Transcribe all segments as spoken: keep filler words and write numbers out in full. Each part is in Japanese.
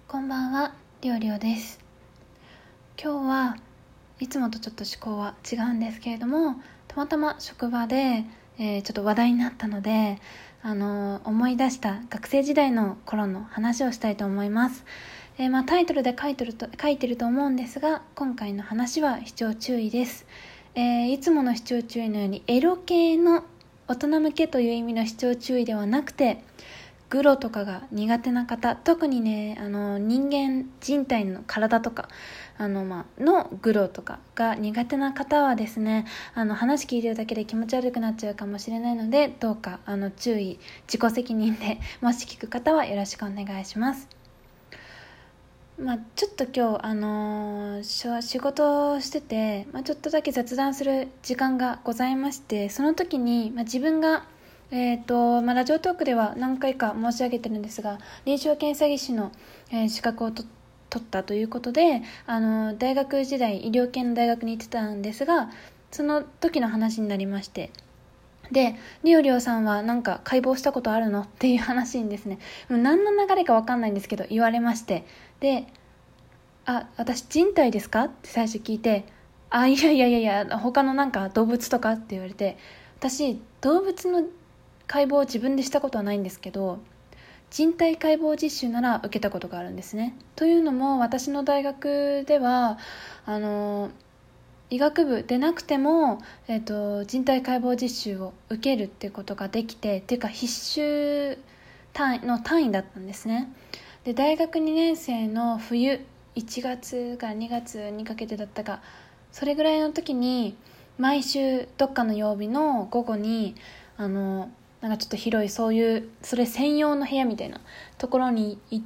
こんばんは、りょうりょうです。今日はいつもとちょっと思考は違うんですけれども、たまたま職場で、えー、ちょっと話題になったので、あのー、思い出した学生時代の頃の話をしたいと思います。えーまあ、タイトルで書いてると、書いてると思うんですが、今回の話は視聴注意です。えー、いつもの視聴注意のようにエロ系の大人向けという意味の視聴注意ではなくて、グロとかが苦手な方、特にね、あの人間人体の体とかあの、まあのグロとかが苦手な方はですね、あの話聞いてるだけで気持ち悪くなっちゃうかもしれないので、どうかあの注意自己責任でもし聞く方はよろしくお願いします。まあ、ちょっと今日、あのー、仕事をしてて、まあ、ちょっとだけ雑談する時間がございまして、その時に、まあ、自分がえーとまあ、ラジオトークでは何回か申し上げてるんですが、臨床検査技師の、えー資格をと取ったということで、あの大学時代医療系の大学に行ってたんですが、その時の話になりまして、でリオリオさんはなんか解剖したことあるのっていう話にですね、もう何の流れか分かんないんですけど言われまして、であ私人体ですかって最初聞いて、あいやいやいやいや他のなんか動物とかって言われて、私動物の解剖を自分でしたことはないんですけど、人体解剖実習なら受けたことがあるんですね。というのも私の大学ではあの医学部でなくても、えーと、人体解剖実習を受けるっていうことができて、っていうか必修単位の単位だったんですね。で大学にねん生の冬いちがつからにがつにかけてだったか、それぐらいの時に毎週どっかの曜日の午後にあのなんかちょっと広いそういうそれ専用の部屋みたいなところに行って、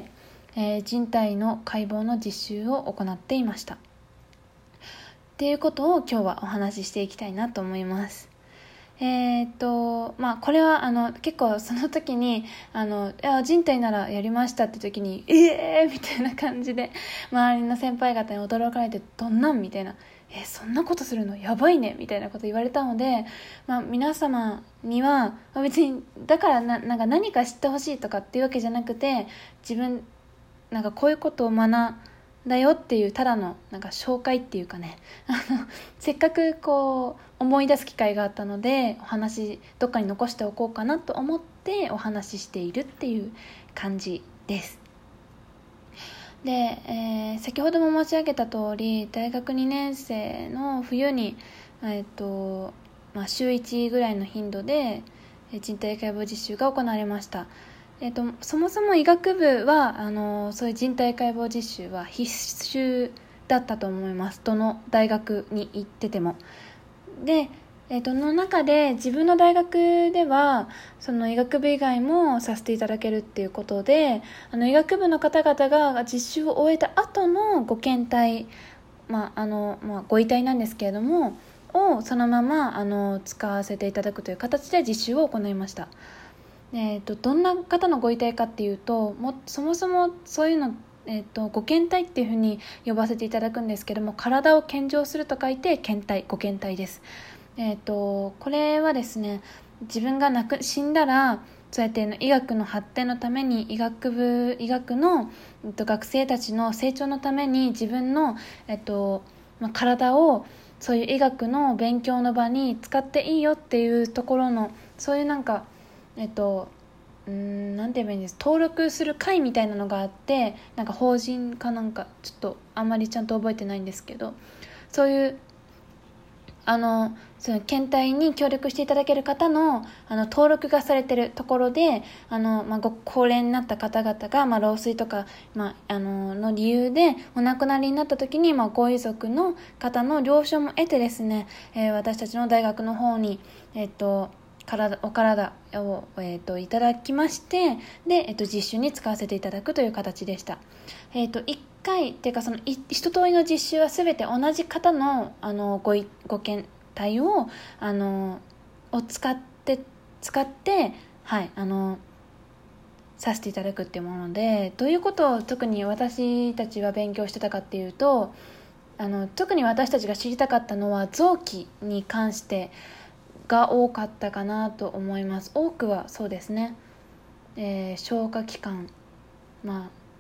えー、人体の解剖の実習を行っていましたっていうことを今日はお話ししていきたいなと思います。えーっとまあこれはあの結構その時にあのいや人体ならやりましたって時にえーみたいな感じで周りの先輩方に驚かれて、どんなんみたいな、えそんなことするのやばいねみたいなこと言われたので、まあ、皆様には別にだからな、なんか何か知ってほしいとかっていうわけじゃなくて、自分なんかこういうことを学んだよっていうただのなんか紹介っていうかね、あのせっかくこう思い出す機会があったので、お話どっかに残しておこうかなと思ってお話ししているっていう感じです。で、えー先ほども申し上げた通り、大学にねん生の冬に、えーとまあ、週いちぐらいの頻度で人体解剖実習が行われました。えーと、そもそも医学部はあのそういう人体解剖実習は必修だったと思います。どの大学に行ってても。で、えーとの中で自分の大学ではその医学部以外もさせていただけるっていうことで、あの医学部の方々が実習を終えた後のご検体、まああのまあ、ご遺体なんですけれどもをそのままあの使わせていただくという形で実習を行いました。えーと、どんな方のご遺体かっていうと、もそもそもそういうの、えーと、ご検体っていうふうに呼ばせていただくんですけども、体を献上すると書いて検体、ご検体です。えーと、これはですね、自分が亡く死んだらそうやって医学の発展のために医学部医学の、えっと、学生たちの成長のために自分の、えっとまあ、体をそういう医学の勉強の場に使っていいよっていうところの、そういうなんかえっとうーんなんて言えばいいんです、登録する会みたいなのがあって、なんか法人かなんかちょっとあんまりちゃんと覚えてないんですけど、そういうあのその検体に協力していただける方の、あの登録がされているところで、あの、まあ、ご高齢になった方々が、まあ、老衰とか、まあ、あのの理由でお亡くなりになった時に、まあ、ご遺族の方の了承も得てですね、えー私たちの大学の方に、えっと体お体を、えー、といただきまして、で、えー、と実習に使わせていただくという形でした。えー、といっかいっていうか、そのい一通りの実習は全て同じ方の、あのごいご検体をあのを使って使ってはいあのさせていただくっていうもので、どういうことを特に私たちは勉強してたかっていうと、あの特に私たちが知りたかったのは臓器に関してが多かったかなと思います。多くはそうですね、えー消化器官、まあ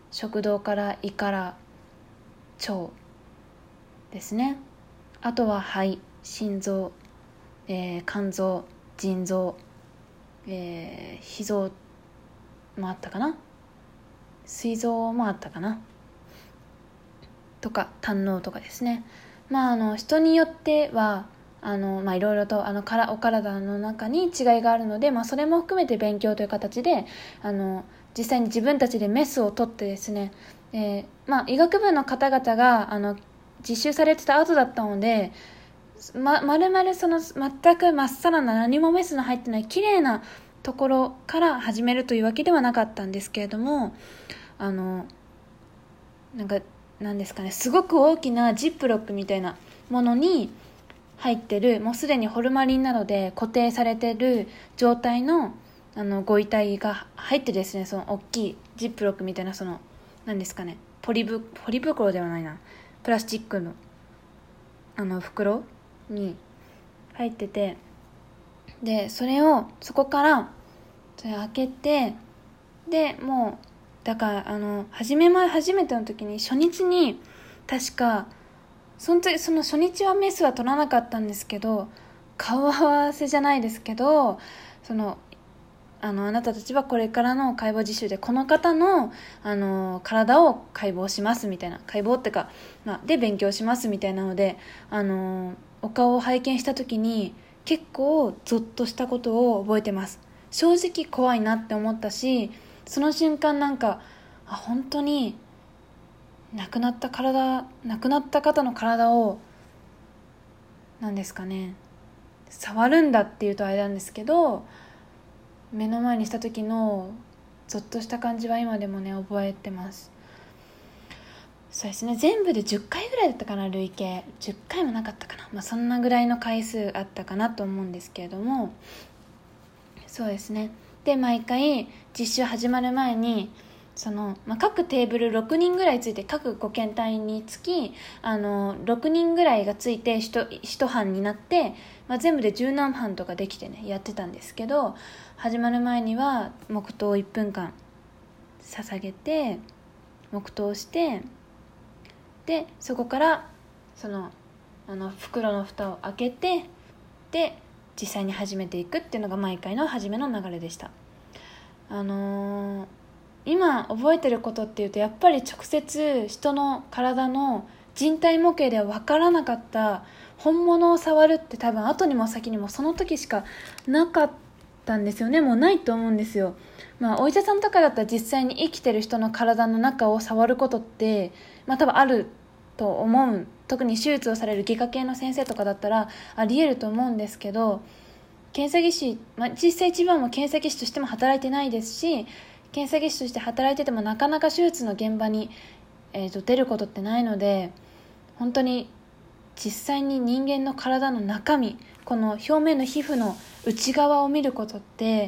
食道から胃から腸ですね。あとは肺、心臓、えー、肝臓、腎臓、えー、脾臓もあったかな、膵臓もあったかなとか、胆のうとかですね。まああの人によってはあのまあいろいろとあのからお体の中に違いがあるので、まあそれも含めて勉強という形であの実際に自分たちでメスを取ってですね、えー、まあ医学部の方々があの実習されてた後だったので、ま、まるまるその全くまっさらな何もメスの入ってない綺麗なところから始めるというわけではなかったんですけれども、あのなんかなんですかね、すごく大きなジップロックみたいなものに入ってる、もうすでにホルマリンなどで固定されてる状態のあのご遺体が入ってですね、その大きいジップロックみたいな、そのなんですかね、ポリブポリ袋ではないな、プラスチックのあの袋に入ってて、でそれをそこからそれ開けて、でもうだからあの初めま初めての時に初日に確かその時その初日はメスは取らなかったんですけど、顔合わせじゃないですけど、そのあのあなたたちはこれからの解剖実習でこの方の、あの体を解剖しますみたいな、解剖ってか、まあ、で勉強しますみたいなので、あのお顔を拝見した時に結構ゾッとしたことを覚えてます。正直怖いなって思ったし、その瞬間なんかあ本当に亡くなった体亡くなった方の体をなんですかね、触るんだっていうとあれなんですけど、目の前にした時のゾッとした感じは今でもね覚えてます。そうですね、全部でじゅっかいぐらいだったかな、累計じゅっかいもなかったかな、まあ、そんなぐらいの回数あったかなと思うんですけれども、そうですね。で毎回実習始まる前にその、まあ、各テーブルろくにんぐらいついて、各ご検体につきあのろくにんぐらいがついて 1, 1班になって、まあ、全部でじゅうなん班とかできてねやってたんですけど、始まる前には黙祷をいっぷんかん捧げて黙祷して、でそこからそのあの袋の蓋を開けて、で実際に始めていくっていうのが毎回の初めの流れでした。あのー、今覚えてることっていうと、やっぱり直接人の体の人体模型では分からなかった本物を触るって多分後にも先にもその時しかなかったんですよね。もうないと思うんですよ。まあお医者さんとかだったら実際に生きてる人の体の中を触ることってまあ多分あると思う。特に手術をされる外科系の先生とかだったらありえると思うんですけど、検査技師、まあ、実際一番も検査技師としても働いてないですし、検査技師として働いててもなかなか手術の現場に、えーと、出ることってないので、本当に実際に人間の体の中身、この表面の皮膚の内側を見ることって、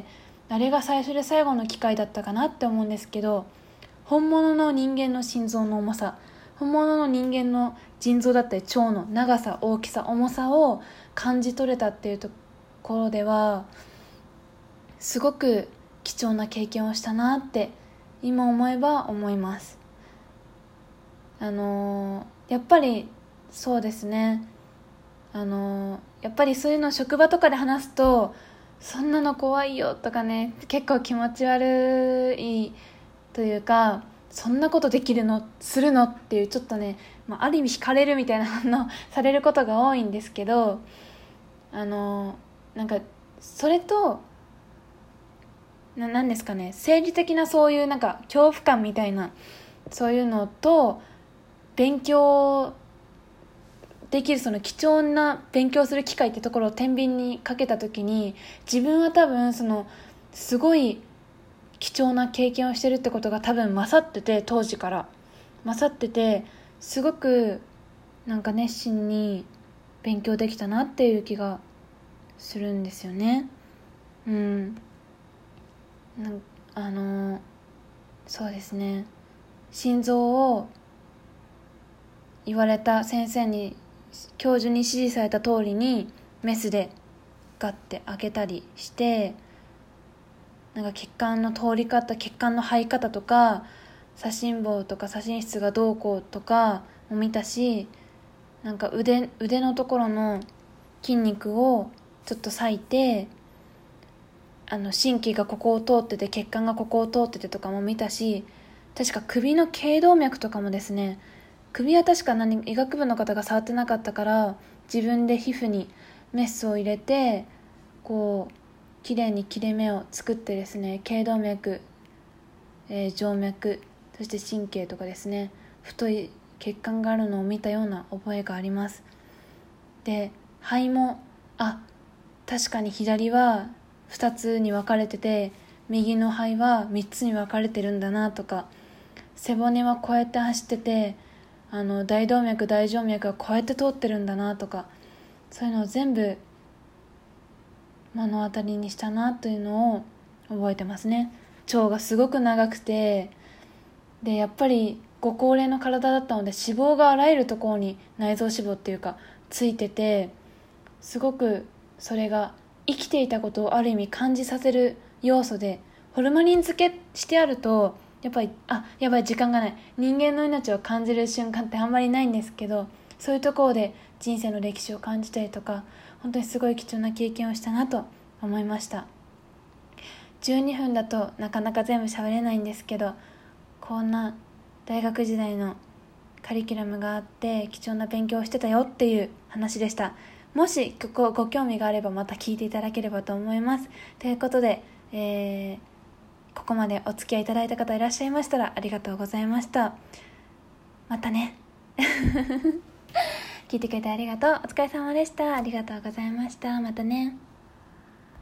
あれが最初で最後の機会だったかなって思うんですけど、本物の人間の心臓の重さ、本物の人間の腎臓だったり腸の長さ、大きさ、重さを感じ取れたっていうところではすごく貴重な経験をしたなって今思えば思います。あのー、やっぱりそうですね、あのー、やっぱりそういうの職場とかで話すと、そんなの怖いよとかね、結構気持ち悪いというか、そんなことできるのするのっていうちょっとね、まあ、ある意味惹かれるみたいな反応されることが多いんですけど、あのなんかそれとななんですかね、生理的なそういうなんか恐怖感みたいなそういうのと勉強できる、その貴重な勉強する機会ってところを天秤にかけた時に、自分は多分そのすごい貴重な経験をしてるってことが多分勝ってて、当時から勝ってて、すごくなんか熱心に勉強できたなっていう気がするんですよね。うんなんあのそうですね、心臓を言われた先生に教授に指示された通りにメスでガッて開けたりして、なんか血管の通り方、血管の入り方とか、 写真簿とか写真室がどうこうとかも見たし、なんか 腕, 腕のところの筋肉をちょっと割いて、あの神経がここを通ってて血管がここを通っててとかも見たし、確か首の頸動脈とかもですね、首は確か何医学部の方が触ってなかったから、自分で皮膚にメスを入れてこうきれいに切れ目を作ってですね、頸動脈、えー、静脈、そして神経とかですね、太い血管があるのを見たような覚えがあります。で、肺も、あ、確かに左はふたつに分かれてて、右の肺はみっつに分かれてるんだなとか、背骨はこうやって走ってて、あの大動脈大静脈はこうやって通ってるんだなとか、そういうのを全部目の当たりにしたなというのを覚えてますね。腸がすごく長くて、でやっぱりご高齢の体だったので、脂肪があらゆるところに内臓脂肪っていうかついてて、すごくそれが生きていたことをある意味感じさせる要素で、ホルマリン漬けしてあるとやっぱり、あ、やばい時間がない、人間の命を感じる瞬間ってあんまりないんですけど、そういうところで人生の歴史を感じたりとか、本当にすごい貴重な経験をしたなと思いました。じゅうにふんだとなかなか全部喋れないんですけど、こんな大学時代のカリキュラムがあって貴重な勉強をしてたよっていう話でした。もしご, ご興味があればまた聞いていただければと思います。ということで、えー、ここまでお付き合いいただいた方いらっしゃいましたらありがとうございました。またね聞いてくれてありがとう。お疲れ様でした。ありがとうございました。またね。